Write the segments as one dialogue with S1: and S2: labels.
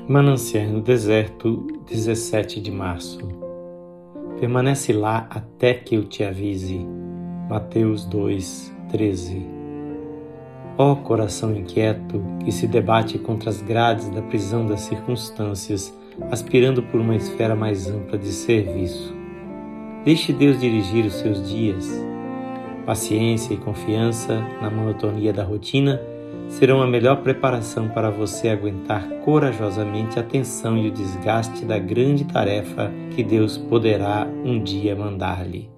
S1: Mananciais no deserto, 17 de março. Permanece lá até que eu te avise. Mateus 2, 13. Ó coração inquieto que se debate contra as grades da prisão das circunstâncias, aspirando por uma esfera mais ampla de serviço. Deixe Deus dirigir os seus dias. Paciência e confiança na monotonia da rotina serão a melhor preparação para você aguentar corajosamente a tensão e o desgaste da grande tarefa que Deus poderá um dia mandar-lhe.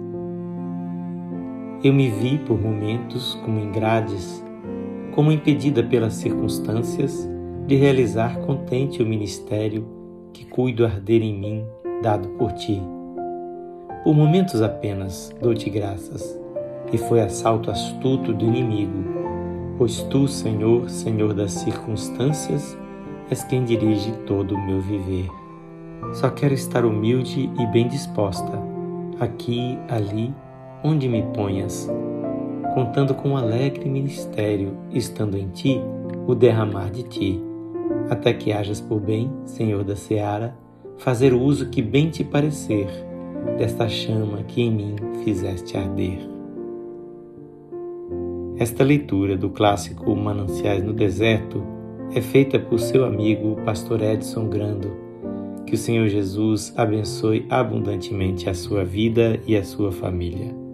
S1: Eu me vi por momentos como em grades, como impedida pelas circunstâncias de realizar contente o ministério que cuido arder em mim, dado por ti. Por momentos apenas dou-te graças, e foi assalto astuto do inimigo, pois tu, Senhor, Senhor das circunstâncias, és quem dirige todo o meu viver. Só quero estar humilde e bem disposta, aqui, ali, onde me ponhas, contando com um alegre ministério, estando em ti, o derramar de ti, até que hajas por bem, Senhor da seara, fazer o uso que bem te parecer, desta chama que em mim fizeste arder. Esta leitura do clássico Mananciais no Deserto é feita por seu amigo Pastor Edson Grando. Que o Senhor Jesus abençoe abundantemente a sua vida e a sua família.